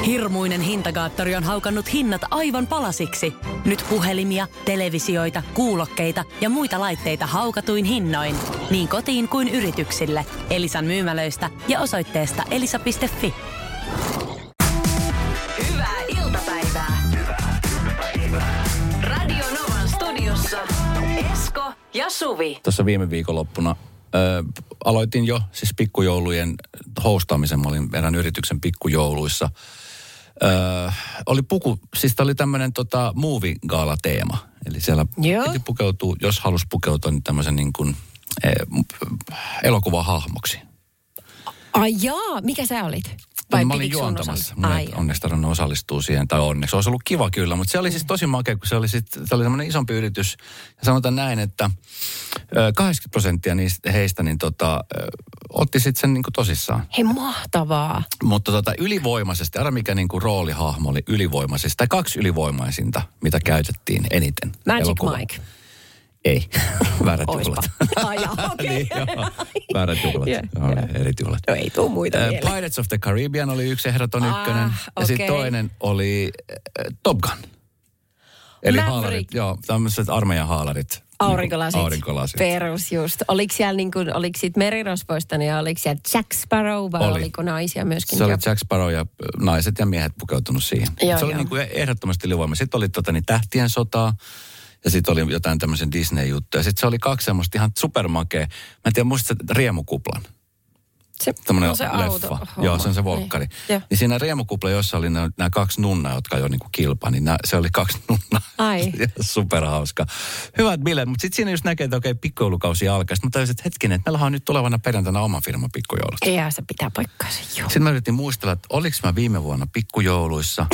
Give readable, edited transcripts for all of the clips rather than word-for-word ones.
Hirmuinen hintakaattori on haukannut hinnat aivan palasiksi. Nyt puhelimia, televisioita, kuulokkeita ja muita laitteita haukatuin hinnoin. Niin kotiin kuin yrityksille. Elisan myymälöistä ja osoitteesta elisa.fi. Hyvää iltapäivää. Radio Novan studiossa Esko ja Suvi. Tuossa viime viikonloppuna aloitin jo siis pikkujoulujen hostaamisen. Mä olin erään yrityksen pikkujouluissa. Oli siis oli tämmöinen movie gala teema. Eli siellä piti pukeutua, jos halusi pukeutua, niin tämmöisen niin kuin elokuvahahmoksi. Ai jaa, mikä sä olit? Vai mä olin juontamassa. Mun ei onneksi tarvinnut osallistua siihen, tai onneksi. Olisi ollut kiva kyllä, mutta se oli siis tosi makea, kun se oli semmoinen isompi yritys. Ja sanotaan näin, että 80% heistä niin otti sitten sen niin kuin tosissaan. Hei, mahtavaa. Mutta ylivoimaisesti, arra mikä niin kuin roolihahmo oli ylivoimaisesti, tai 2 ylivoimaisinta, mitä käytettiin eniten. Magic elokuva. Mike. Ei, väärät juhlat. Okei. Niin, väärät juhlat. Eri juhlat. No ei tuu muita mieleen. Pirates of the Caribbean oli yksi ehdoton ykkönen. Ja sitten toinen oli Top Gun. Eli haalarit, tämmöiset armeijan haalarit. Aurinkolasit. Perus just. Oliko siellä oliko siitä merirosvoista, niin oliko siellä Jack Sparrow vai oliko naisia myöskin? Se oli Jack Sparrow ja naiset ja miehet pukeutunut siihen. Se oli niin kuin ehdottomasti ylivoima. Sitten oli Tähtien sotaa. Ja sitten oli jotain tämmöisen Disney-juttuja. Sitten se oli 2 semmoista ihan supermakea. Mä en tiedä, muistat Riemukuplan? Tämmöinen on se leffa. auto. Joo, se on se volkkari. Niin siinä Riemukupla, jossa oli nämä 2 nunnaa, jotka jo niinku kilpaa, niin se oli 2 nunnaa. Ai. Superhauska. Hyvät bileet, mutta sitten siinä just näkee, että okei, pikkujoulukausi alkaa. Sitten mä tajusin, että hetkinen, että meillä on nyt tulevana perjantaina oma firma pikkujoulut. Eihän se pitää paikkaansa, joo. Sitten mä yritin muistella, että oliko mä viime vuonna pikkujouluissa.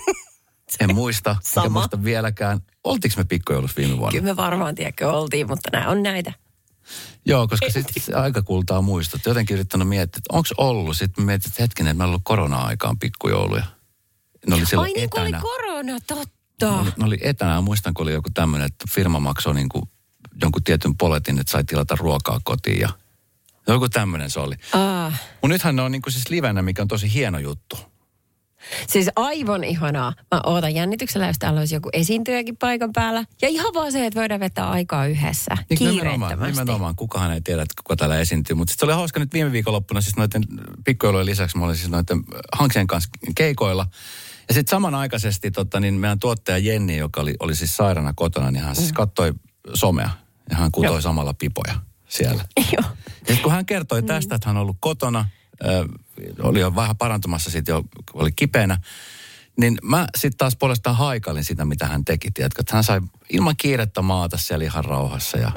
En muista, enkä muista vieläkään. Oltiinko me pikkujoulussa viime vuonna? Kyllä me varmaan tiedäkö oltiin, mutta nämä on näitä. Joo, koska sitten aika kultaa muistot. Jotenkin yrittänyt miettiä, että onko ollut. Sitten mietin, että hetkinen, että meillä on ollut korona-aikaan pikkujouluja. Ne oli silloin niin etänä. Ai niin kuin oli korona, totta. Ne oli etänä. Muistan, kun oli joku tämmöinen, että firma maksoi niin kuin jonkun tietyn poletin, että sai tilata ruokaa kotiin. Ja joku tämmöinen se oli. Mutta nythän ne on niin kuin siis livenä, mikä on tosi hieno juttu. Siis aivan ihanaa. Mä ootan jännityksellä, jos täällä olisi joku esiintyjäkin paikan päällä. Ja ihan vaan se, että voidaan vetää aikaa yhdessä. Kiireettömästi. Nimenomaan. Kukahan ei tiedä, että kuka täällä esiintyy. Mutta sitten se oli hauska nyt viime viikonloppuna, siis noiden pikkujoulujen lisäksi mä olin siis noiden Hanksien kanssa keikoilla. Ja sitten samanaikaisesti niin meidän tuottaja Jenni, joka oli siis sairaana kotona, niin hän siis katsoi somea. Ja hän kutoi samalla pipoja siellä. Joo. Ja sitten kun hän kertoi tästä, että hän on ollut kotona, oli jo vähän parantumassa siitä, jo oli kipeänä, niin mä sitten taas puolestaan haikailin sitä, mitä hän teki. Tiedätkö, että hän sai ilman kiirettä maata siellä ihan rauhassa ja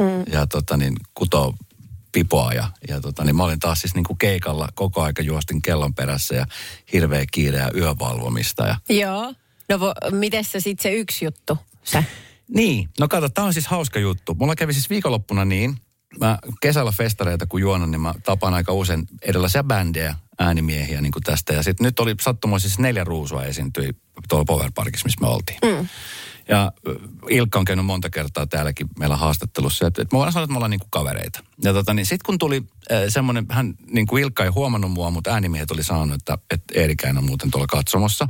kutoo pipoa. Ja mä olin taas siis niin kuin keikalla koko aika juostin kellon perässä ja hirveä kiire ja yövalvomista. Ja... Joo. No miten se sitten se yksi juttu? Niin, no kato, tää on siis hauska juttu. Mulla kävi siis viikonloppuna niin, mä kesällä festareita kun juonon, niin mä tapaan aika usein erilaisia bändejä, äänimiehiä niin kuin tästä. Ja sitten nyt oli sattumoisesti 4 ruusua esiintyi tuolla Power Parkissa, missä me oltiin. Ja Ilkka on käynyt monta kertaa täälläkin meillä haastattelussa. Että me voidaan sanoa, että me ollaan niin kuin kavereita. Ja sitten kun tuli semmoinen, hän niin kuin Ilkka ei huomannut mua, mutta äänimiehet oli sanonut, että Eerikäin on muuten tuolla katsomossa.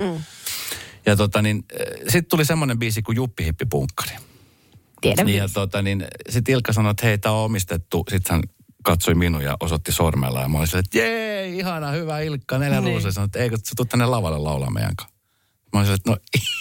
Ja sitten tuli semmoinen biisi kuin Juppi Hippi Punkkari. Tiedän. Ja sitten Ilkka sanoi, että hei, tää on omistettu. Sitten hän katsoi minua ja osoitti sormella. Ja mä olin silleen, että jee, ihana, hyvä Ilkka, 4 ruusia. Sanoi, että eikö sä tuu tänne lavalle laulaa meidän kanssa. Mä olin silleen, että no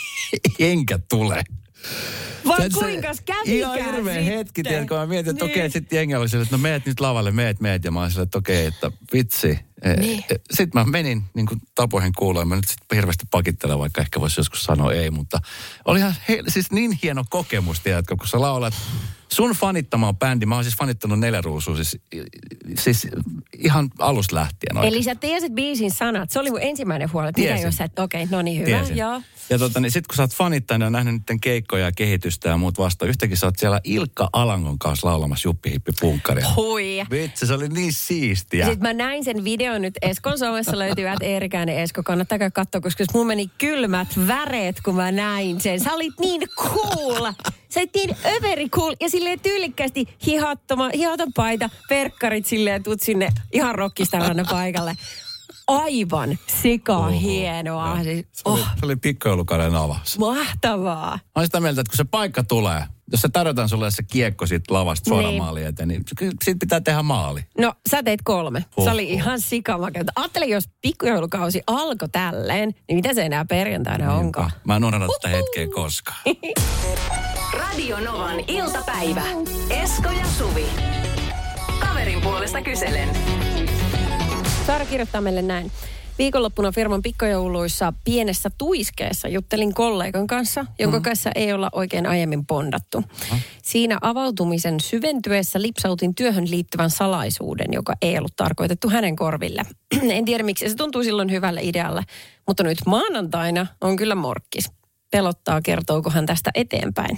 enkä tule. Vai kuinkas kävikään ihan hirveä hetki, kun mä mietin, että okei, sitten jengi oli silleen, että no meet nyt lavalle, meet. Ja mä olin silleen, että okei, että vitsi. Sitten mä menin niin kuin tapoihin kuuloin. Mä nyt sitten hirveästi pakittelen, vaikka ehkä voisi joskus sanoa ei, mutta oli ihan siis niin hieno kokemus, tiedätkö, kun sä laulat sun fanittamaan bändi. Mä oon siis fanittanut 4 ruusua, siis ihan alusta lähtien. Oikein. Eli sä tiesit biisin sanat. Se oli mun ensimmäinen huoli, että mitä jos sä, okei, no niin hyvä, Tiesin. joo. Ja sit kun sä oot fanittanut ja nähnyt niiden keikkoja ja kehitystä ja muut vasta, yhtäkkiä sä oot siellä Ilkka Alangon kanssa laulamassa Juppi Hippi Punkkaria. Hui. Vitsi, se oli niin siistiä. Sitten mä näin sen videon nyt Eskon somessa löytyy, että Eerikäinen Esko, kannattaa katsoa, koska mun meni kylmät väreet, kun mä näin sen. Sä olit niin cool. Sä olit niin överi cool ja silleen tyylikkästi hihaton paita, verkkarit silleen, tuut sinne ihan rockistarana paikalle. aivan hienoa. Siis, Se oli pikkujoulukauden avaus. Mahtavaa. Mä olen sitä mieltä, että kun se paikka tulee, jos se tarjotaan sulle se kiekko siitä lavasta suoraan maaliin eteen, niin siitä pitää tehdä maali. No, sä teit 3. Se oli ihan sikamakeita. Ajattelin, jos pikkujoulukausi alkoi tälleen, niin mitä se enää perjantaina onkaan? Mä en unohda tätä hetkeä koskaan. Radio Novan iltapäivä. Esko ja Suvi. Kaverin puolesta kyselen. Saara kirjoittaa meille näin. Viikonloppuna firman pikkujouluissa pienessä tuiskeessa juttelin kollegan kanssa, jonka kanssa ei olla oikein aiemmin bondattu. Siinä avautumisen syventyessä lipsautin työhön liittyvän salaisuuden, joka ei ollut tarkoitettu hänen korville. En tiedä miksi se tuntui silloin hyvälle idealle, mutta nyt maanantaina on kyllä morkkis. Pelottaa, kertooko hän tästä eteenpäin.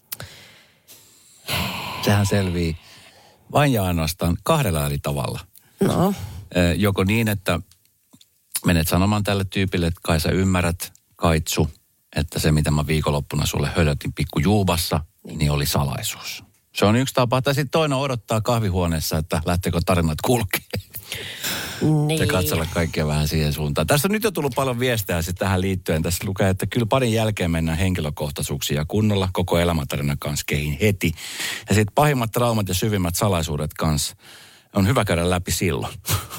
Sehän selvii vain ja ainoastaan 2 eri tavalla. No. Joko niin, että menet sanomaan tälle tyypille, että kai sä ymmärrät, Kaitsu, että se mitä mä viikonloppuna sulle hölötin pikkujuubassa, niin oli salaisuus. Se on yksi tapa, tai sitten toinen odottaa kahvihuoneessa, että lähteekö tarinat kulkee. Niin. Ja katsella kaikkea vähän siihen suuntaan. Tässä on nyt jo tullut paljon viestejä sitten tähän liittyen. Tässä lukee, että kyllä parin jälkeen mennään henkilökohtaisuuksiin ja kunnolla koko elämäntarinan kanssa kehin heti. Ja sitten pahimmat traumat ja syvimmät salaisuudet kanssa on hyvä käydä läpi silloin.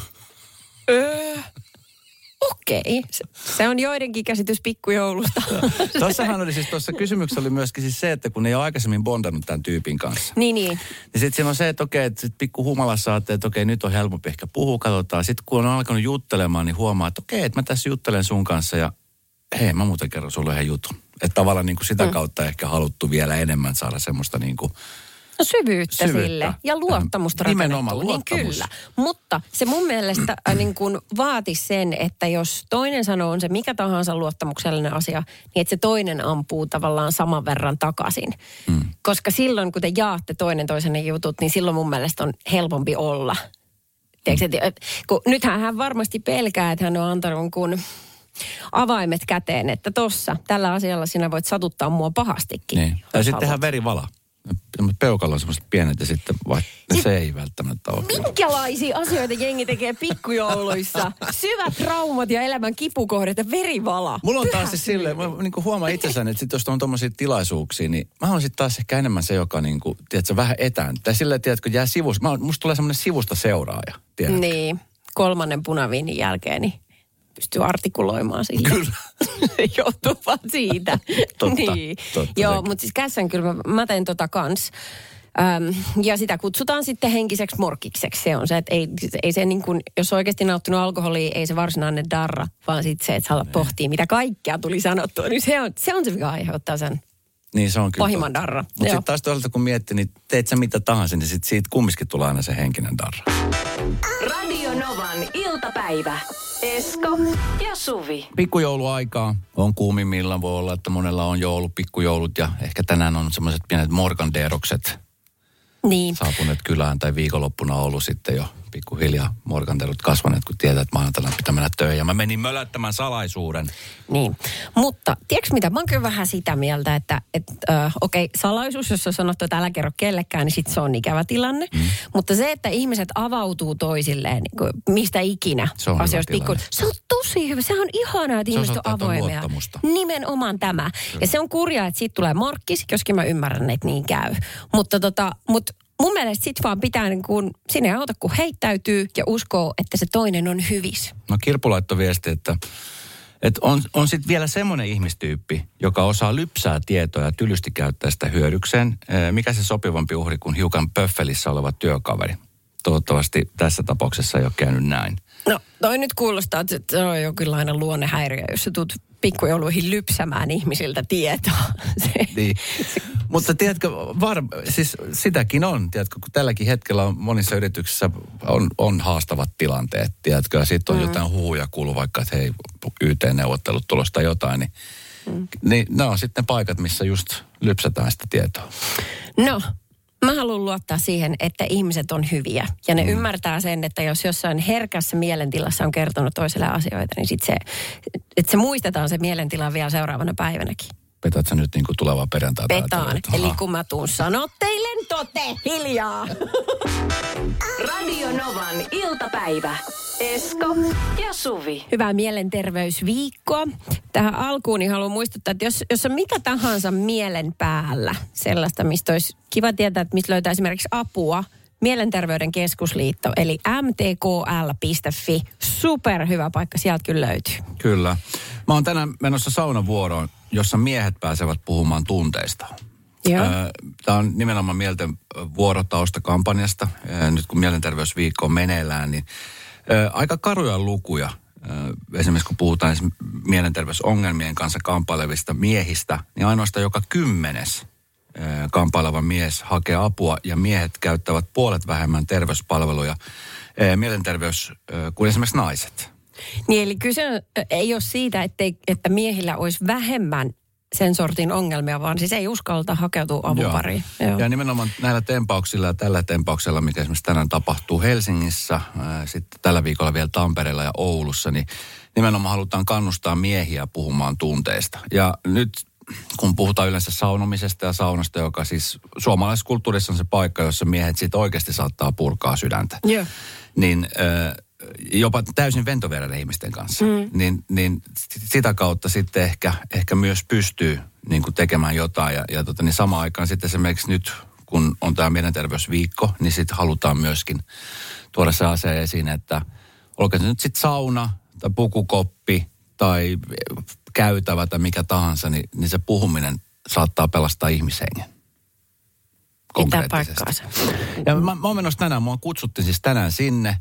Okei. Se on joidenkin käsitys pikkujoulusta. Tuossahan oli siis, tuossa kysymyksessä oli myöskin siis se, että kun ei ole aikaisemmin bondannut tämän tyypin kanssa. Niin. Niin sitten siinä on se, että okei, että pikku humalassa saatte, että okei, nyt on helpompi ehkä puhua, katsotaan. Sitten kun on alkanut juttelemaan, niin huomaa, että okei, että mä tässä juttelen sun kanssa ja hei, mä muuten kerron sulle yhden jutun. Että tavallaan niin kuin sitä kautta ehkä haluttu vielä enemmän saada semmoista niin kuin syvyyttä sille ja luottamusta nimenomaan rakennettua. Niin kyllä. Mutta se mun mielestä niin kuin vaatisi sen, että jos toinen sanoo on se mikä tahansa luottamuksellinen asia, niin että se toinen ampuu tavallaan saman verran takaisin. Koska silloin, kun te jaatte toinen toisenne jutut, niin silloin mun mielestä on helpompi olla. Kun nythän hän varmasti pelkää, että hän on antanut kun avaimet käteen, että tossa, tällä asialla sinä voit satuttaa mua pahastikin. Niin. Tai sitten tehdään verivala. Peukalla on semmoiset pienet ja sitten se ei välttämättä ole. Minkälaisia asioita jengi tekee pikkujouluissa? Syvät traumat ja elämän kipukohdat ja verivala. Mulla on taas siis silleen, mä niin huomaan itsessäni, että sit jos on tommosia tilaisuuksia, niin mä oon sitten taas ehkä enemmän se, joka niin kuin, tiedätkö, vähän etään. Tai silleen, tiedätkö, jää sivusta. Musta tulee semmoinen sivusta seuraaja, tiedätkö? Niin, 3. punaviinin jälkeen, niin pystyy artikuloimaan sille. Kyllä. Johtuu vaan siitä. Totta, niin. totta. Joo, mutta siis kässän kyllä mä teen tota kans. Ja sitä kutsutaan sitten henkiseksi morkikseksi. Se on se, että ei se niin kuin, jos oikeasti nauttinut alkoholia, ei se varsinainen darra, vaan sitten se, että saa pohtia, mitä kaikkea tuli sanottua. Niin se on se, mikä aiheuttaa sen niin se on kyllä pahimman darra. Mutta sitten taas toisaalta kun miettii, niin teet sä mitä tahansa, niin sit siitä kumminkin tulee aina se henkinen darra. Radio Novan iltapäivä. Esko ja Suvi. Pikkujouluaikaa on kuumimmillaan, voi olla, että monella on jo ollut pikkujoulut ja ehkä tänään on semmoiset pienet morganderokset niin saapuneet kylään tai viikonloppuna on ollut sitten jo pikkuhiljaa morganderot kasvaneet, kun tietää, että maanantaina pitää mennä töihin. Ja mä menin mölättämään salaisuuden. Niin, mutta tiedätkö mitä, mä oon kyllä vähän sitä mieltä, että okei, salaisuus, jos on sanottu, että älä kerro kellekään, niin sit se on ikävä tilanne. Mutta se, että ihmiset avautuu toisilleen, niin kuin mistä ikinä asioista se on tosi hyvä. Se on ihanaa, että ihmiset on avoimia. Nimenomaan tämä. Kyllä. Ja se on kurjaa, että siitä tulee morkkis, joskin mä ymmärrän, että niin käy. Mutta mun mielestä sit vaan pitää niin kuin, sinne ei auta, kun heittäytyy ja uskoo, että se toinen on hyvis. No Kirpu laittoi viesti, että on sitten vielä semmoinen ihmistyyppi, joka osaa lypsää tietoa ja tylysti käyttää sitä hyödykseen. Mikä se sopivampi uhri kuin hiukan pöffelissä oleva työkaveri? Toivottavasti tässä tapauksessa ei ole käynyt näin. No toi nyt kuulostaa, että se on jonkinlainen luonnehäiriö, jos sä tulet pikkujouluihin lypsämään ihmisiltä tietoa. Niin. Mutta tiedätkö, siis sitäkin on, tiedätkö, kun tälläkin hetkellä on monissa yrityksissä on haastavat tilanteet, tiedätkö, ja sitten on jotain huhuja kuuluu vaikka, että hei, YT-neuvottelut tulosta jotain, niin ne on sitten paikat, missä just lypsätään sitä tietoa. No, mä haluan luottaa siihen, että ihmiset on hyviä. Ja ne ymmärtää sen, että jos jossain herkässä mielentilassa on kertonut toiselle asioita, niin sitten se muistetaan se mielentila vielä seuraavana päivänäkin. Petät sä nyt niin kuin tulevaa perjantaita? Petaan. Eli kun mä tuun sanotteilen hiljaa. Radio Novan iltapäivä. Esko ja Suvi. Hyvää mielenterveysviikkoa. Tähän alkuun niin haluan muistuttaa, että jos on mikä tahansa mielen päällä sellaista, mistä olisi kiva tietää, että mistä löytää esimerkiksi apua, Mielenterveyden keskusliitto, eli mtkl.fi. Superhyvä paikka, sieltä kyllä löytyy. Kyllä. Mä oon tänään menossa saunavuoroon, jossa miehet pääsevät puhumaan tunteistaan. Tämä on nimenomaan Mielten vuorotaustakampanjasta. Nyt kun mielenterveysviikko on meneillään, niin aika karuja lukuja. Esimerkiksi kun puhutaan mielenterveysongelmien kanssa kamppailevista miehistä, niin ainoastaan joka 10. kamppaileva mies hakee apua ja miehet käyttävät puolet vähemmän terveyspalveluja mielenterveys kuin esimerkiksi naiset. Niin eli kyse ei ole siitä, että miehillä olisi vähemmän sen sortin ongelmia, vaan siis ei uskalleta hakeutua avun pariin. Joo. Ja nimenomaan näillä tempauksilla ja tällä tempauksella, mikä esimerkiksi tänään tapahtuu Helsingissä, sitten tällä viikolla vielä Tampereella ja Oulussa, niin nimenomaan halutaan kannustaa miehiä puhumaan tunteista. Ja nyt kun puhutaan yleensä saunomisesta ja saunasta, joka siis suomalaisessa kulttuurissa on se paikka, jossa miehet sitten oikeasti saattaa purkaa sydäntä. Joo. Niin jopa täysin ventovereiden ihmisten kanssa. Niin sitä kautta sitten ehkä myös pystyy niin kuin tekemään jotain. Ja niin samaan aikaan sitten esimerkiksi nyt, kun on tämä mielenterveysviikko, niin sitten halutaan myöskin tuoda se asia esiin, että olkoon se nyt sitten sauna tai pukukoppi tai käytävä tai mikä tahansa, niin se puhuminen saattaa pelastaa ihmishengen. Pitää paikkaansa. Ja mä oon menossa tänään, mua kutsuttiin siis tänään sinne.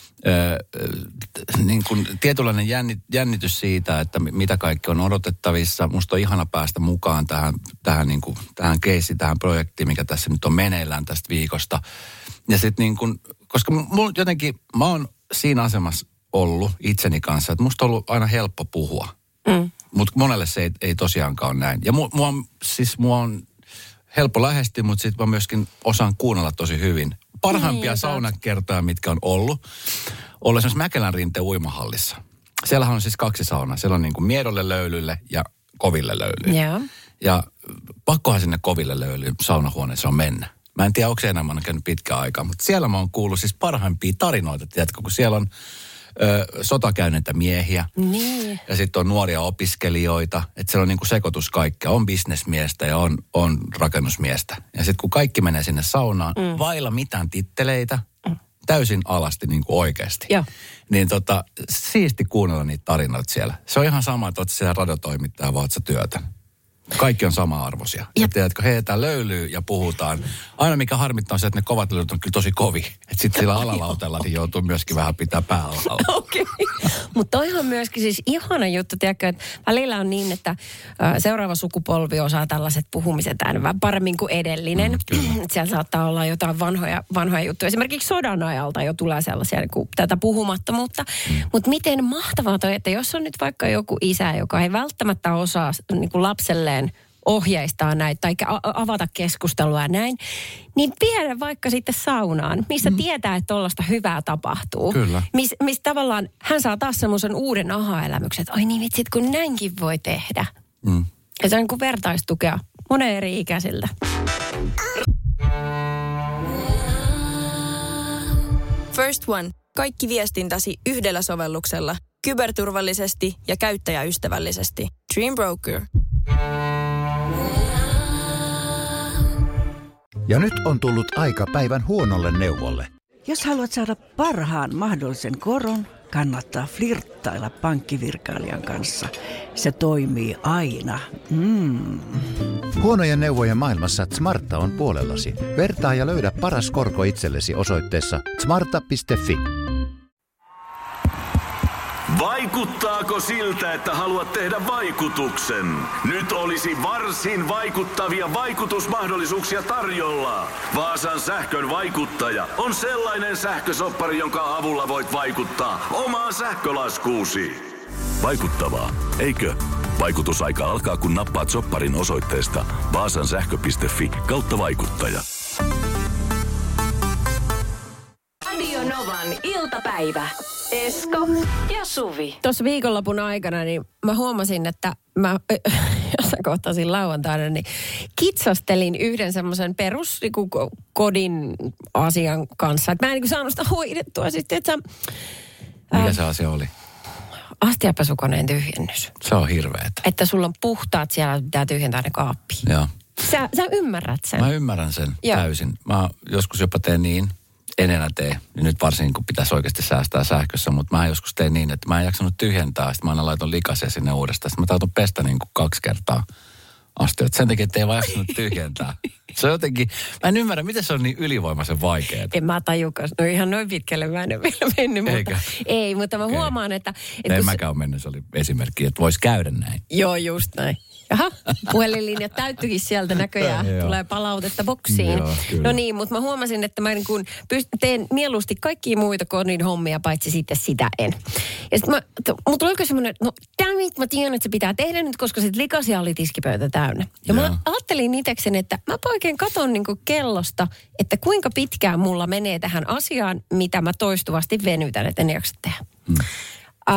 Niin kuin tietynlainen jännitys siitä, että mitä kaikki on odotettavissa. Musta on ihana päästä mukaan tähän keissiin, tähän projektiin, mikä tässä nyt on meneillään tästä viikosta. Ja sitten niin kuin, koska mä oon siinä asemassa ollut itseni kanssa, että musta on ollut aina helppo puhua. Mutta monelle se ei tosiaankaan ole näin. Ja mua on helppo lähestyä, mutta sitten mä myöskin osaan kuunnella tosi hyvin. Parhaimpia saunakertoja, mitkä on ollut esimerkiksi Mäkelän rinteen uimahallissa. Siellähän on siis 2 saunaa. Siellä on niin kuin miedolle löylylle ja koville löylylle. Yeah. Ja pakkohan sinne koville löylylle saunahuoneessa on mennä. Mä en tiedä, onko se enää, mä oon käynyt pitkään aikaa, mutta siellä mä oon kuullut siis parhaimpia tarinoita, tiedätkö, kun siellä on sotakäyneentä miehiä. Niin. Ja sitten on nuoria opiskelijoita. Että siellä on niinku sekoitus kaikkea. On bisnesmiestä ja on rakennusmiestä. Ja sitten kun kaikki menee sinne saunaan, vailla mitään titteleitä, täysin alasti niinku oikeasti. Joo. Niin siisti kuunnella niitä tarinoita siellä. Se on ihan sama, että oot siellä radiotoimittaja, vai oot sä työtä. Kaikki on sama-arvoisia. Ja tiedätkö, heitetään löylyy ja puhutaan. Aina mikä harmittaa on se, että ne kovat löylyt on kyllä tosi kovi. Että sitten sillä alalautella niin joutuu myöskin vähän pitää pää alalla. Okei. Mutta toihan myöskin siis ihana juttu, tiedätkö, että välillä on niin, että seuraava sukupolvi osaa tällaiset puhumiset aina paremmin kuin edellinen. Siellä saattaa olla jotain vanhoja juttuja. Esimerkiksi sodan ajalta jo tulee sellaisia niin kuin tätä puhumattomuutta. Mutta miten mahtavaa toi, että jos on nyt vaikka joku isä, joka ei välttämättä osaa niin kuin lapselleen ohjeistaa näitä tai avata keskustelua ja näin, niin viedä vaikka sitten saunaan, missä tietää, että tollaista hyvää tapahtuu. Kyllä. Missä tavallaan hän saa taas semmoisen uuden aha-elämyksen, että oi niin vitsit, kun näinkin voi tehdä. Ja se on kuin vertaistukea monen eri ikäisiltä. First One. Kaikki viestintäsi yhdellä sovelluksella. Kyberturvallisesti ja käyttäjäystävällisesti. Dream Broker. Ja nyt on tullut aika päivän huonolle neuvolle. Jos haluat saada parhaan mahdollisen koron, kannattaa flirttailla pankkivirkailijan kanssa. Se toimii aina. Huonojen neuvojen maailmassa Smarta on puolellasi. Vertaa ja löydä paras korko itsellesi osoitteessa smarta.fi. Vaikuttaako siltä, että haluat tehdä vaikutuksen? Nyt olisi varsin vaikuttavia vaikutusmahdollisuuksia tarjolla. Vaasan sähkön vaikuttaja on sellainen sähkösoppari, jonka avulla voit vaikuttaa omaan sähkölaskuusi. Vaikuttavaa, eikö? Vaikutusaika alkaa, kun nappaat sopparin osoitteesta vaasansähkö.fi/vaikuttaja. Radio Novan iltapäivä. Esko ja Suvi. Tuossa viikonlopun aikana niin mä huomasin, että mä jossain kohtasin lauantaina, niin kitsastelin yhden semmoisen kodin asian kanssa. Että mä en saanut sitä hoidettua sitten, että Mikä se asia oli? Astiapesukoneen tyhjennys. Se on hirveetä. Että sulla on puhtaat siellä, pitää tyhjentää ne kaappiin. Joo. Sä ymmärrät sen. Mä ymmärrän sen täysin. Mä joskus jopa teen niin, en enää tee. Ja nyt varsinkin, kun pitäisi oikeasti säästää sähkössä, mutta mä joskus teen niin, että mä en jaksanut tyhjentää. Sitten mä aina laitan likaisen sinne uudestaan. Sitten mä tautun pestä niin kuin 2 kertaa astioita. Sen takia, että ei vaan jaksanut tyhjentää. Se on jotenkin, mä en ymmärrä, miten se on niin ylivoimaisen vaikeaa. En mä tajukaan. No ihan noin pitkälle mä en ole vielä mennyt. Mutta, ei, mutta mä huomaan, että en mäkään ole mennyt, se oli esimerkki, että voisi käydä näin. Joo, just näin. Jaha, puhelinlinjat täyttyikin sieltä näköjään. Tulee palautetta boksiin. Joo, no niin, mutta mä huomasin, että mä niin kuin teen mieluusti kaikkia muita kodin hommia, paitsi sitten sitä en. Ja sitten mulla tuli oikein semmoinen, no dammit, mä tiedän, että se pitää tehdä nyt, koska sit likasia oli tiskipöytä täynnä. Ja mä ajattelin itsekseni, että mä oikein katon niin kuin kellosta, että kuinka pitkään mulla menee tähän asiaan, mitä mä toistuvasti venytän, että en jaksa tehdä. 1,5-2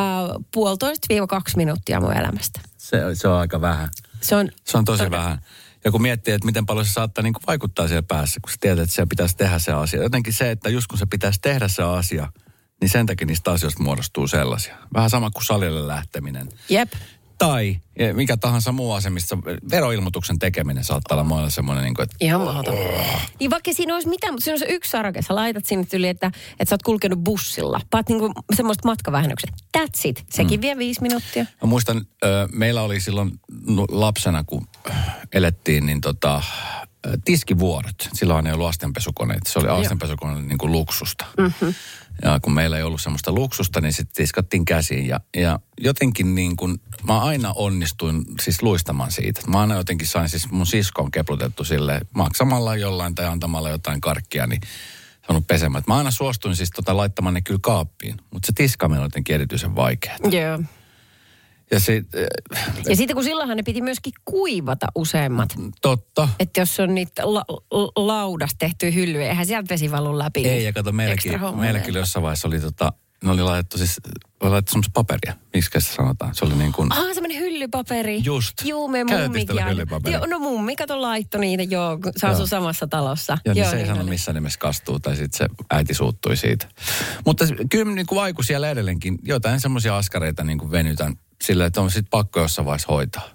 minuuttia mun elämästä. Se on aika vähän. Se on tosi vähän. Ja kun miettii, että miten paljon se saattaa niin kuin vaikuttaa siellä päässä, kun sä tiedät, että siellä pitäisi tehdä se asia. Jotenkin se, että just kun se pitäisi tehdä se asia, niin sen takia niistä asioista muodostuu sellaisia. Vähän sama kuin salille lähteminen. Jep. Tai mikä tahansa muu asia, mistä veroilmoituksen tekeminen saattaa olla monella semmoinen, niin kuin, että... Ihan mahdoton. Niin vaikka siinä olisi mitään, mutta siinä on se yksi sarake. Sä laitat sinne yli, että sä oot kulkenut bussilla. Paat niinku semmoista matkavähennykset. That's it. Sekin vie 5 minuuttia. Mä muistan, meillä oli silloin lapsena, kun elettiin, niin tiskivuorot. Silloin ei ollut astianpesukoneita. Se oli astianpesukoneille niin kuin luksusta. Mm-hmm. Ja kun meillä ei ollut semmoista luksusta, niin sitten tiskattiin käsiin. Ja jotenkin niin kuin, mä aina onnistuin siis luistamaan siitä. Mä aina jotenkin sain siis mun siskoon keplutettu silleen, maksamalla jollain tai antamalla jotain karkkia, niin saanut pesemään. Mä aina suostuin siis laittamaan ne kyllä kaappiin. Mutta se tiskaaminen on jotenkin erityisen vaikeaa. Joo. Yeah. Ja sitten kun silloinhan ne piti myöskin kuivata useimmat. Totta. Että jos on niitä laudasta tehtyä hyllyjä, eihän sieltä vesi valu läpi. Ei, ja kato, meilläkin jossain vaiheessa oli ne oli laitettu semmoista paperia. Miksi se sanotaan? Se oli niin kuin... semmoinen hyllypaperi. Just. Juu, me mummikin. No mummi, kato laitto niitä, kun se asuu samassa talossa. Ja niin se ei sano missään nimessä kastuu, tai sitten se äiti suuttui siitä. Mutta kyllä niin kuin vaiku siellä edelleenkin jotain semmoisia askareita niin kuin venytän sillä, että on sitten pakko jossain vaiheessa hoitaa.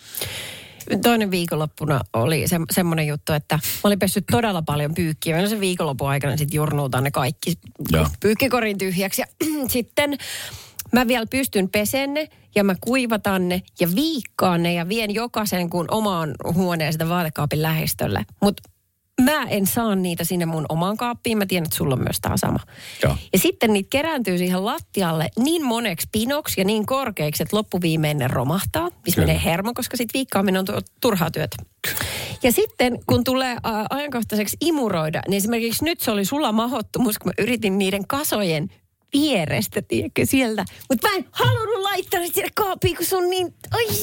Toinen viikonloppuna oli semmoinen juttu, että mä olin pessyt todella paljon pyykkiä. Meillä sen viikonlopun aikana sitten jurnuutaan ne kaikki pyykkikorin tyhjäksi. Ja sitten mä vielä pystyn pesenne ja mä kuivatan ne ja viikkaan ne ja vien jokaisen kun omaan huoneen sitä vaatekaapin lähistölle. Mutta mä en saa niitä sinne mun omaan kaappiin. Mä tiedän, että sulla on myös tämä sama. Joo. Ja sitten niitä kerääntyy siihen lattialle niin moneksi pinoksi ja niin korkeiksi, että loppuviimeinen romahtaa. Missä menee hermo, koska sitten viikkaaminen on turhaa työtä. Ja sitten kun tulee ajankohtaiseksi imuroida, niin esimerkiksi nyt se oli sulla mahdottomuus, kun mä yritin niiden kasojen vierestä, tiedätkö, sieltä. Mutta mä en halunnut laittaa niitä sinne kaappiin, kun se on niin...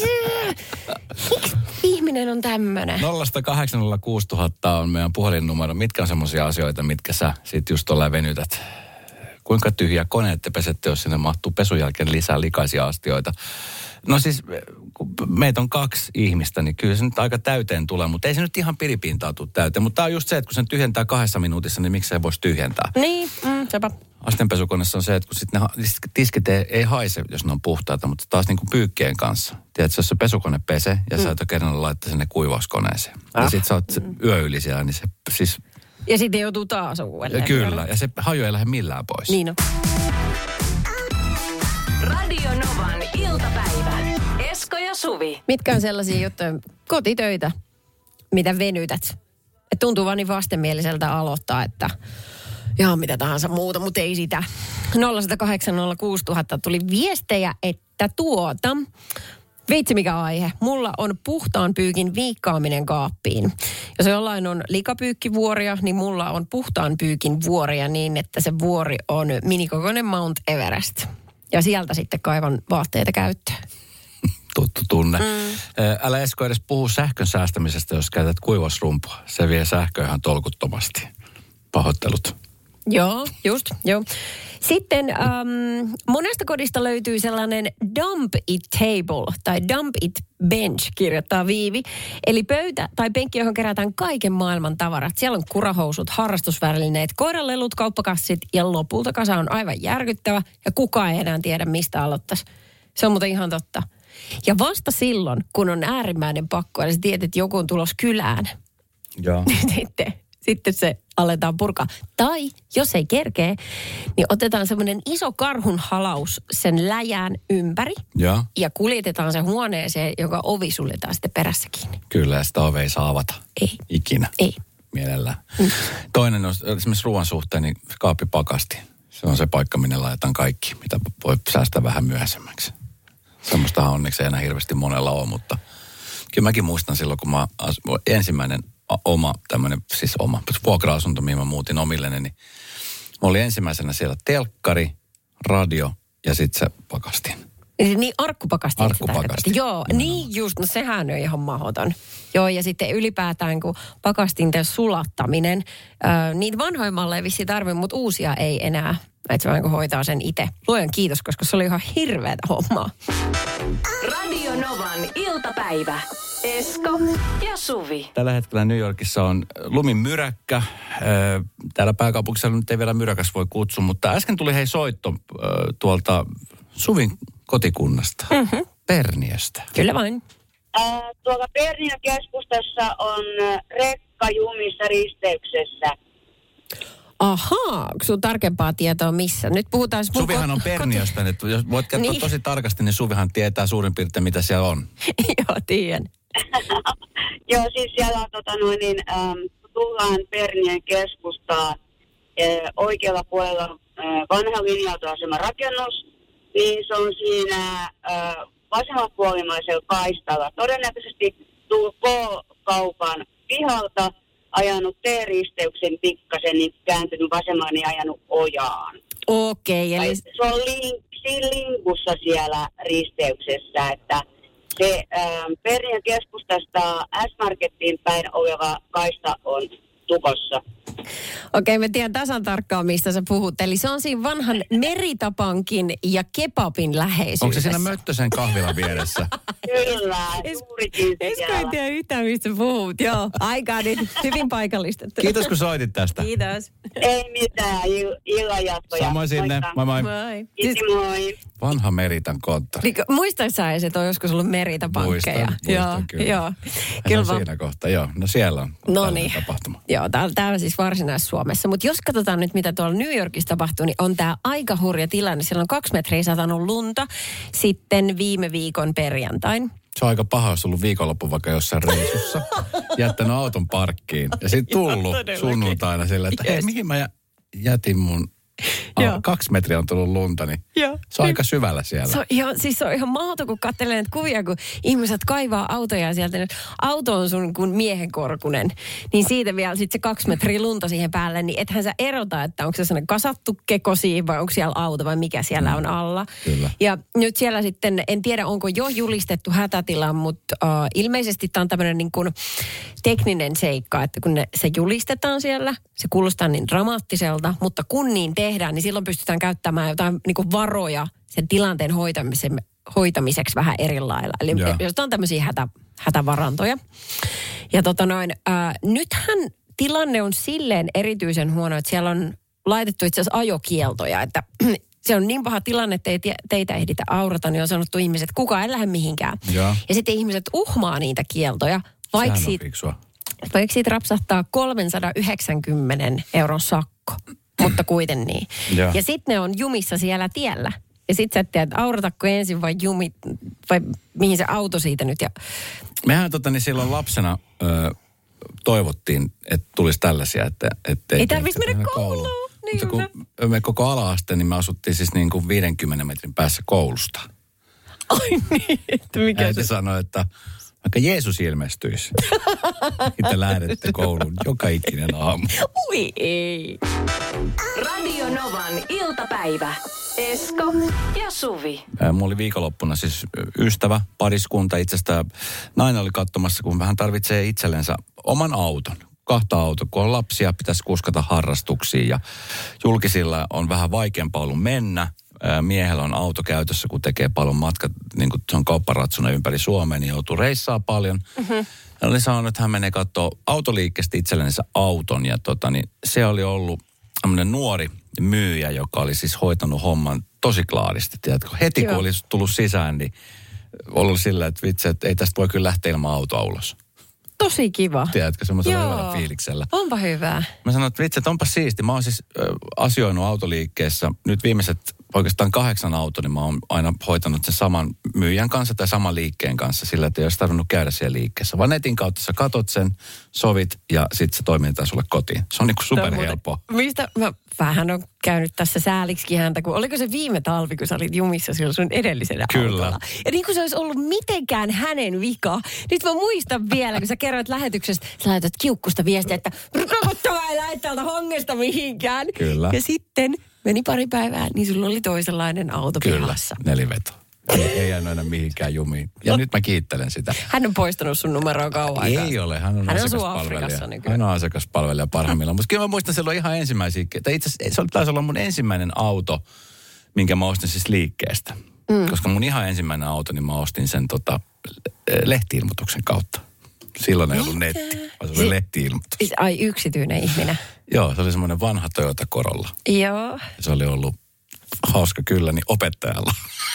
Miksi ihminen on tämmönen? 0806000 on meidän puhelinnumero. Mitkä on semmoisia asioita, mitkä sä sit just tolleen venytät? Kuinka tyhjä koneet te pesette, jos sinne mahtuu pesun jälkeen lisää likaisia astioita? No siis, kun meitä on 2 ihmistä, niin kyllä se nyt aika täyteen tulee, mutta ei se nyt ihan piripintaa tule täyteen. Mutta tämä on just se, että kun sen tyhjentää 2 minuutissa, niin miksi se ei voisi tyhjentää? Niin, sepä. Astianpesukoneessa on se, että kun sitten ne tiskit ei haise, jos ne on puhtaita, mutta taas niin kuin pyykkien kanssa. Tiedätkö, jos se pesukone pesee ja sä et ole kerran laittaa sinne kuivauskoneeseen. Ja sit sä oot yö yli siellä, niin se siis... Ja sitten joutuu taas uudelleen. Kyllä, ja se haju ei lähde millään pois. Niin on. Radio Novan iltapäivä. Esko ja Suvi. Mitkä on sellaisia juttuja, kotitöitä, mitä venytät? Et tuntuu vaan niin vastenmieliseltä aloittaa, että ihan mitä tahansa muuta, mutta ei sitä. 0806000 tuli viestejä, että vitsi mikä aihe. Mulla on puhtaan pyykin viikkaaminen kaappiin. Jos jollain on likapyykkivuoria, niin mulla on puhtaan pyykin vuoria niin, että se vuori on minikokoinen Mount Everest. Ja sieltä sitten kaivan vaatteita käyttöön. Tuttu tunne. Älä Esko edes puhu sähkön säästämisestä, jos käytät kuivausrumpua. Se vie sähköä ihan tolkuttomasti. Pahoittelut. Joo, just, joo. Sitten monesta kodista löytyy sellainen dump it table tai dump it bench, kirjoittaa Viivi. Eli pöytä tai penkki, johon kerätään kaiken maailman tavarat. Siellä on kurahousut, harrastusvälineet, koiranlelut, kauppakassit ja lopulta kasa on aivan järkyttävä ja kukaan ei enää tiedä, mistä aloittaisi. Se on muuten ihan totta. Ja vasta silloin, kun on äärimmäinen pakko, ja sä tiedät, että joku on tulossa kylään, Joo. sitten se aletaan purkaa. Tai jos ei kerkee, niin otetaan semmoinen iso karhunhalaus sen läjään ympäri ja kuljetetaan se huoneeseen, joka ovi suljetaan sitten perässä kiinni. Kyllä, ja sitä ovea ei saa avata. Ei. Ikinä. Ei. Mielellään. Toinen on esimerkiksi ruoan suhteen, niin kaappipakasti. Se on se paikka, minne laitetaan kaikki, mitä voi säästää vähän myöhäisemmäksi. Semmoistahan onneksi ei enää hirveästi monella ole, mutta kyllä mäkin muistan silloin, kun ensimmäinen vuokra-asunto, mihin mä muutin omilleni, niin mä olin ensimmäisenä siellä telkkari, radio ja sitten se pakastin. Eli niin arkkupakasti. Arkkupakasti. Joo, niin just, no sehän on ihan mahdoton. Joo, ja sitten ylipäätään, kun pakastinten sulattaminen, niitä vanhoja malleja vissiin tarvitse, mutta uusia ei enää. Että se vaan hoitaa sen itse. Luojan kiitos, koska se oli ihan hirveätä hommaa. Radio Novan iltapäivä. Esko ja Suvi. Tällä hetkellä New Yorkissa on lumimyräkkä. Täällä pääkaupunkisella nyt ei vielä myräkäs voi kutsua, mutta äsken tuli soitto tuolta Suvin kotikunnasta, Perniöstä. Kyllä vain. Tuolla Perniön keskustassa on rekka jumissa risteyksessä. Ahaa, onko sinulla tarkempaa tietoa missä? Nyt puhutaan... Suvihan on Perniöstä, että jos voit katsoa tosi tarkasti, niin Suvihan tietää suurin piirtein, mitä siellä on. Joo, tiedän. Joo, siis siellä on, tullaan Perniön keskustaa oikealla puolella vanha linja-autoasema rakennus, niin se on siinä vasemmanpuolimaisella kaistalla. Todennäköisesti tullut kaupan pihalta, ajanut T-risteyksen pikkasen, niin kääntynyt vasemmaan ja ajanut ojaan. Okei, eli... Se on siinä linkussa siellä risteyksessä, että se Perniön keskustasta S-Markettiin päin oleva kaista on tukossa. Okei, mä tiedän tasan tarkkaan, mistä sä puhut. Eli se on siinä vanhan Meritapankin ja kebabin läheisyydessä. Onko se siinä Möttösen kahvilan vieressä? Kyllä, juurikin siellä. Esko ei tiedä yhtään, mistä puhut. Joo, aikaa nyt. Hyvin paikallistettu. Kiitos, kun soitit tästä. Kiitos. Ei mitään, illan jatkoja. Samoin sinne. Moi moi. Moi. Kiitos, moi. Vanha Meritan konttori. Muistaisi sä, että on joskus ollut Meritapankkeja? Muistan, kyllä. Joo. Kyllä siinä kohtaa, joo. No siellä on tapahtuma. Joo, täällä siis Varsinais-Suomessa. Mutta jos katsotaan nyt, mitä tuolla New Yorkissa tapahtuu, niin on tämä aika hurja tilanne. Siellä on 2 metriä satanut lunta sitten viime viikon perjantain. Se on aika paha, jos on ollut viikonloppu vaikka jossain reissussa, jättänyt auton parkkiin ja sitten tullut sunnuntaina silleen, että hei, mihin mä jätin mun... 2 metriä on tullut lunta, niin se on aika syvällä siellä. Se on ihan mahdoton, kun katselee näitä kuvia, kun ihmiset kaivaa autoja sieltä. Auto on sun kuin miehen korkunen. Niin siitä vielä sitten se 2 metriä lunta siihen päälle, niin ethän sä erota, että onko se sellainen kasattu kekosi vai onko siellä auto vai mikä siellä on alla. Kyllä. Ja nyt siellä sitten, en tiedä onko jo julistettu hätätila, mutta ilmeisesti tämä on tämmöinen niin kuin tekninen seikka, että kun se julistetaan siellä, se kuulostaa niin dramaattiselta, mutta kun niin tehdään, niin silloin pystytään käyttämään jotain niin kuin varoja sen tilanteen hoitamiseksi vähän eri lailla. Eli jos on tämmöisiä hätävarantoja. Ja nythän tilanne on silleen erityisen huono, että siellä on laitettu itse asiassa ajokieltoja, että se on niin paha tilanne, että ei teitä ehditä aurata, niin on sanottu ihmiset, että kukaan ei lähde mihinkään. Ja sitten ihmiset uhmaa niitä kieltoja, vaikka siitä rapsahtaa 390 € sakko, mutta kuitenkin niin. Ja sitten ne on jumissa siellä tiellä. Ja sitten sä et tiedä, että auratako ensin vai mihin se auto siitä nyt. Mehän silloin lapsena toivottiin, että tulisi tällaisia, että ei tarvitsisi mennä kouluun. Mutta kun me koko ala-aste, niin me asuttiin siis niin kuin 50 metrin päässä koulusta. Ai niin, että mikä äiti sanoi, että vaikka Jeesus ilmestyisi, että lähdette kouluun joka ikinen aamu. Ui ei. Radio Novan iltapäivä. Esko ja Suvi. Mulla oli viikonloppuna siis ystävä, pariskunta. Itse asiassa nainen oli katsomassa, kun hän tarvitsee itsellensä oman auton. kahta autoa. Kun on lapsia, pitäisi kuskata harrastuksiin ja julkisilla on vähän vaikeampaa ollut mennä. Miehellä on auto käytössä, kun tekee paljon matkat, niin kuin se on kaupparatsuna ympäri Suomea, niin joutuu reissaa paljon. Mm-hmm. Ja oli sanonut, että hän menee katsoa autoliikkeestä itsellensä auton ja niin se oli ollut tämmöinen nuori myyjä, joka oli siis hoitanut homman tosi klaaristi. Tiedätkö? Heti kun olisi tullut sisään, niin ollut sillä, että vitsi, että ei tästä voi kyllä lähteä ilman autoa ulos. Tosi kiva. Tiedätkö, semmoisella hyvällä fiiliksellä. Onpa hyvää. Mä sanoin, että vitsi, että onpa siisti. Mä oon siis asioinut autoliikkeessä. Nyt viimeiset oikeastaan 8 autoa, niin mä oon aina hoitanut sen saman myyjän kanssa tai saman liikkeen kanssa sillä, että ei olisi tarvinnut käydä siellä liikkeessä. Vaan netin kautta sä katot sen, sovit ja sitten se toimitetaan sulle kotiin. Se on niinku superhelppoa. Mistä mä vähän on käynyt tässä sääliksikin häntä, kun oliko se viime talvi, kun sä olit jumissa silloin sun edellisenä autolla. Ja niin kuin se olisi ollut mitenkään hänen vika. Nyt mä muistan vielä, kun sä kerroit lähetyksestä, sä laitat kiukkusta viestiä, että rokottavaa ei lähde täältä hongesta mihinkään. Kyllä. Ja sitten meni pari päivää, niin sulla oli toisenlainen auto pihassa. Kyllä, 4-veto. Ei jäänyt enää mihinkään jumiin. Ja nyt mä kiittelen sitä. Hän on poistanut sun numeroa kauan aikaa. Ei ole, hän on asiakaspalvelija. Hän on asiakaspalvelija parhaimmillaan. Mutta kyllä mä muistan silloin ihan ensimmäisiä. Itse asiassa se taisi olla mun ensimmäinen auto, minkä mä ostin siis liikkeestä. Koska mun ihan ensimmäinen auto, niin mä ostin sen lehti-ilmoituksen kautta. Silloin ei ollut netti, vaan se oli lehti-ilmoitus. Ai, yksityinen ihminen. Joo, se oli semmoinen vanha Toyota Corolla. Joo. Ja se oli ollut hauska kyllä, niin opettajalla.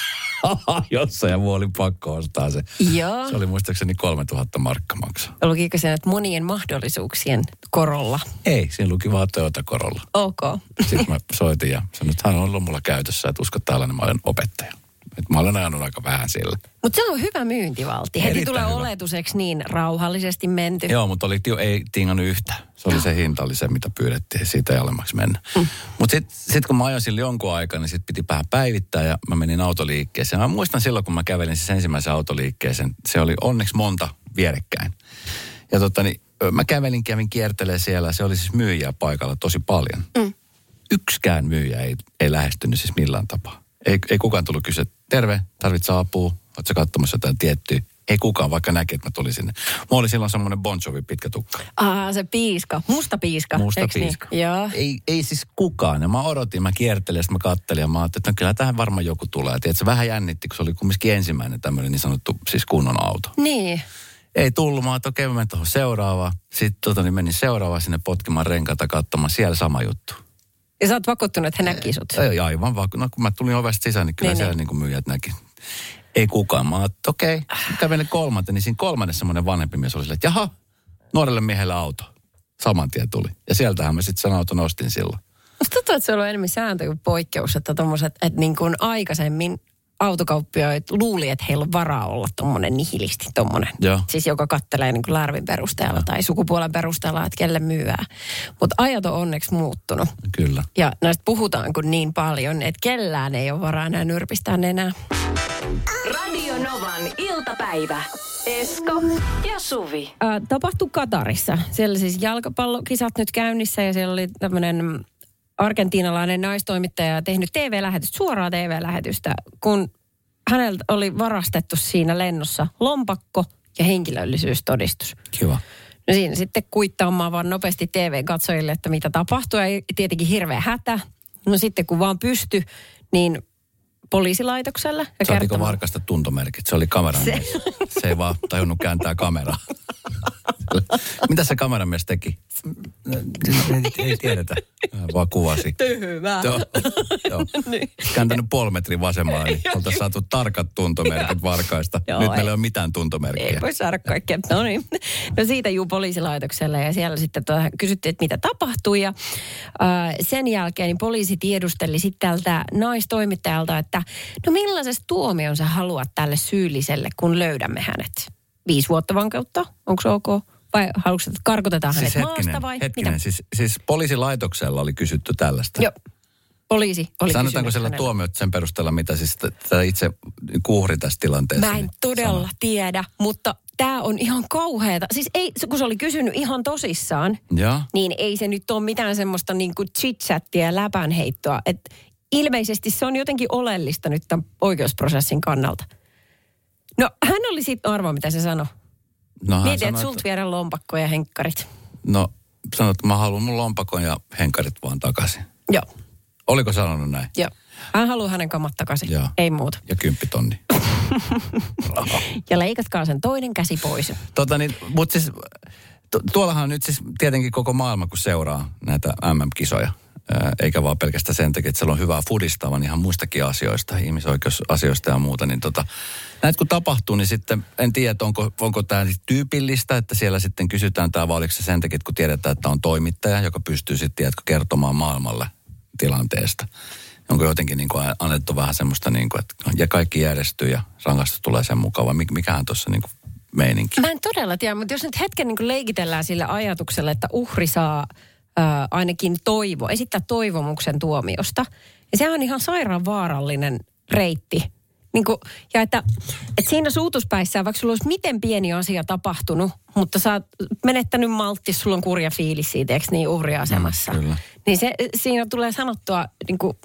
Jossain ja mulla oli pakko ostaa se. Joo. Se oli muistaakseni 3000 markkaa maksaa. Lukiko se nyt monien mahdollisuuksien Corolla? Ei, siinä luki vaan Toyota Corolla. Ok. Sitten mä soitin ja sanoin, että hän on ollut mulla käytössä, että usko tällainen, mä olen opettaja. Et mä olen ajanut aika vähän sillä. Mutta se on hyvä myyntivaltti. Heti tulee oletuseksi niin rauhallisesti menty. Joo, mutta ei tingannut yhtään. Se oli se hinta, oli se mitä pyydettiin, siitä ei alemmaksi mennä. Mutta sitten kun mä ajoin sillä jonkun aikaa, niin sitten piti vähän päivittää ja mä menin autoliikkeeseen. Mä muistan silloin, kun mä kävelin siis ensimmäisen autoliikkeeseen, se oli onneksi monta vierekkäin. Ja mä kävin kiertelemään siellä, se oli siis myyjiä paikalla tosi paljon. Yksikään myyjä ei lähestynyt siis millään tapaa. Ei kukaan tullut kysyä, terve, tarvitsee apua, ootko sä katsomassa jotain tiettyä? Ei kukaan, vaikka näki, että mä tulin sinne. Mulla oli silloin semmoinen Bon Jovi pitkä tukka. Se piiska, musta piiska. Musta piiska. Niin? Joo. Ei siis kukaan. Ja mä odotin, mä kiertelin, sitten mä kattelin ja mä ajattelin, että no kyllä tähän varmaan joku tulee. Tiedätkö, se vähän jännitti, kun se oli kumminkin ensimmäinen tämmöinen niin sanottu siis kunnon auto. Niin. Ei tullut, mä ajattelin, okei, mä menen tuohon seuraavaan. Sitten menin seuraavaan sinne potkimaan renkaita katsomaan, siellä sama juttu. Ja sä oot vakuuttunut, että he näki sut? Ei, aivan vakuuttunut. No, kun mä tulin ovesta sisään, niin kyllä siellä niin kuin myyjät näki. Ei kukaan. Mä ajattelin, okei. Kävelin kolmanteen, niin siinä kolmannessa semmoinen vanhempi mies oli silleen, että jaha, nuorelle miehelle auto. Saman tien tuli. Ja sieltähän mä sitten sen auton ostin silloin. Musta tuntuu, että se on ollut enemmän sääntö kuin poikkeus, että tommoset, että niin kuin aikaisemmin autokauppiaat luuli, että heillä on varaa olla tommonen nihilisti, tommonen. Joo. Siis joka kattelee niin kuin lärvin perusteella tai sukupuolen perusteella, että kelle myyää. Mutta ajat on onneksi muuttunut. Kyllä. Ja näistä puhutaan kun niin paljon, että kellään ei ole varaa enää nyrpistää enää. Radio Novan iltapäivä. Esko ja Suvi. Tapahtui Katarissa. Siellä siis jalkapallokisat nyt käynnissä ja siellä oli tämmöinen argentiinalainen naistoimittaja tehnyt TV-lähetystä, suoraa TV-lähetystä, kun häneltä oli varastettu siinä lennossa lompakko ja henkilöllisyystodistus. Kiva. No siinä sitten kuittaamaan vaan nopeasti TV-katsojille, että mitä tapahtui ja tietenkin hirveä hätä. No sitten kun vaan pystyi, niin poliisilaitokselle. Saatiko varkasta tuntomerkit? Se oli kameramies. Se ei vaan tajunnut kääntää kameraa. Mitä se kameramies teki? Ei tiedetä. Vaan kuvasi. Tyhmää. Joo. Niin. Kääntänyt 0,5 metriä vasemmalle, niin oltaisiin saatu tarkat tuntomerkit varkaista. Nyt meillä ei ole mitään tuntomerkkiä. Ei voi saada kaikkea. No niin. No siitä poliisilaitokselle ja siellä sitten kysyttiin, että mitä tapahtui. Ja sen jälkeen niin poliisi tiedusteli sitten tältä naistoimittajalta, että no millaisesta tuomion sä haluat tälle syylliselle, kun löydämme hänet? 5 vuotta vankeutta? Onko se ok? Vai haluatko, että karkotetaan hänet maasta vai? Hetkinen, siis poliisilaitoksella oli kysytty tällaista. Joo, poliisi oli kysynyt. Sanotaanko siellä tuomiot sen perusteella, mitä siis itse kuhri tässä tilanteessa? Mä en todella tiedä, mutta tämä on ihan kauheata. Siis ei, kun se oli kysynyt ihan tosissaan, niin ei se nyt ole mitään semmoista niin kuin chit-chattia ja läpänheittoa. Että ilmeisesti se on jotenkin oleellista nyt tämän oikeusprosessin kannalta. No hän oli sitten arvoa, mitä se sanoi. No, mietin, että sulta viedään lompakko ja henkkarit. No sanoi, että mä haluan mun lompakon ja henkarit vaan takaisin. Joo. Oliko sanonut näin? Joo. Hän haluaa hänen kamat takaisin. Joo. Ei muuta. Ja 10 000. Ja leikatkaa sen toinen käsi pois. Mutta siis tuollahan nyt siis tietenkin koko maailma, kun seuraa näitä MM-kisoja. Eikä vaan pelkästään sen takia, että siellä on hyvää fudista, vaan ihan muistakin asioista, ihmisoikeusasioista ja muuta. Niin näitä kun tapahtuu, niin sitten en tiedä, onko tämä tyypillistä, että siellä sitten kysytään tämä, vai oliko se sen takia, kun tiedetään, että on toimittaja, joka pystyy sitten, tiedätkö, kertomaan maailmalle tilanteesta. Onko jotenkin niin kuin annettu vähän semmoista, niin kuin, että ja kaikki järjestyy ja rangaistus tulee sen mukaan, vai mikähän tuossa niin kuin meininki? Mä en todella tiedä, mutta jos nyt hetken niin kuin leikitellään sillä ajatuksella, että uhri saa ainakin esittää toivomuksen tuomiosta. Ja sehän on ihan sairaan vaarallinen reitti. Niin kuin, ja että siinä suutuspäissään, vaikka sulla olisi miten pieni asia tapahtunut, mutta sä oot menettänyt malttis, sulla on kurja fiilis siitä, eikö niin, uhriasemassa. Niin siinä tulee sanottua niin kuin,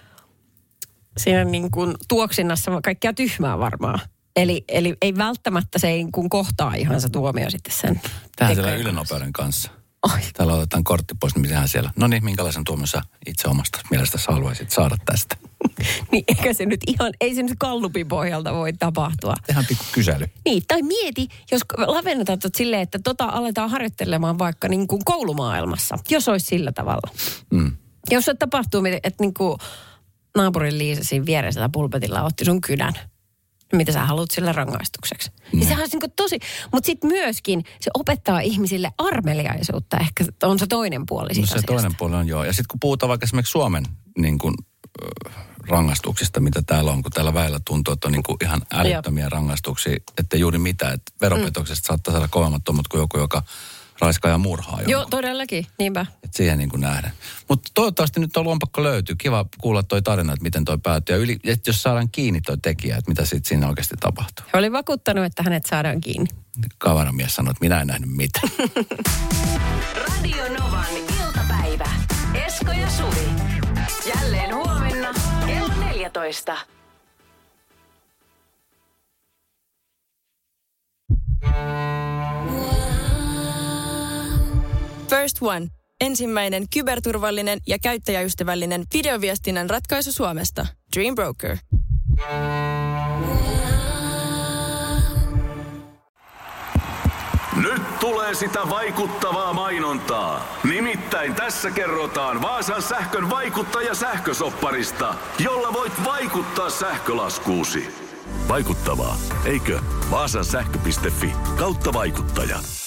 siinä niin kuin tuoksinnassa kaikkea tyhmää varmaan. Eli ei välttämättä se ei kun kohtaa ihan se tuomio sitten sen. Tähän siellä ylinopeuden kanssa. Oi. Täällä otetaan kortti pois, niin mitähän siellä? No niin, minkälaisen tuomion sä itse omasta mielestäsi haluaisit saada tästä? Niin eikä se nyt ei se nyt gallupin pohjalta voi tapahtua. Tehdään pikku kysely. Niin, tai mieti, jos lavennetaan silleen, että aletaan harjoittelemaan vaikka niin kuin koulumaailmassa, jos olisi sillä tavalla. Jos se tapahtuu, että niin kuin naapurin Liisa siinä vieressä pulpetilla otti sun kynän. Mitä sä haluat sille rangaistukseksi. Ja sehän olisi niin tosi, mutta sitten myöskin se opettaa ihmisille armeliaisuutta. Ehkä on se toinen puoli siitä asiasta. Toinen puoli on joo. Ja sitten kun puhutaan vaikka esimerkiksi Suomen niin kuin, rangaistuksista, mitä täällä on, kun täällä väillä tuntuu, että on niin kuin ihan älyttömiä rangaistuksia, että juuri mitä, että veropetoksesta saattaa saada kovemmat tuomot kuin joku, joka raiskaa ja murhaa jonkun. Joo, todellakin, niinpä. Että siihen niin kuin nähdään. Mutta toivottavasti nyt tuo lompakko löytyy. Kiva kuulla toi tarina, että miten toi päättyy. Ja että jos saadaan kiinni toi tekijä, että mitä siitä siinä oikeasti tapahtuu. He oli vakuuttanut, että hänet saadaan kiinni. Kavaramies sanoi, että minä en nähnyt mitään. Radio Novan iltapäivä. Esko ja Suvi. Jälleen huomenna kello 14. First One. Ensimmäinen kyberturvallinen ja käyttäjäystävällinen videoviestinnän ratkaisu Suomesta. Dream Broker. Nyt tulee sitä vaikuttavaa mainontaa. Nimittäin tässä kerrotaan Vaasan sähkön vaikuttaja sähkösopparista, jolla voit vaikuttaa sähkölaskuusi. Vaikuttavaa, eikö? Vaasansähkö.fi/vaikuttaja.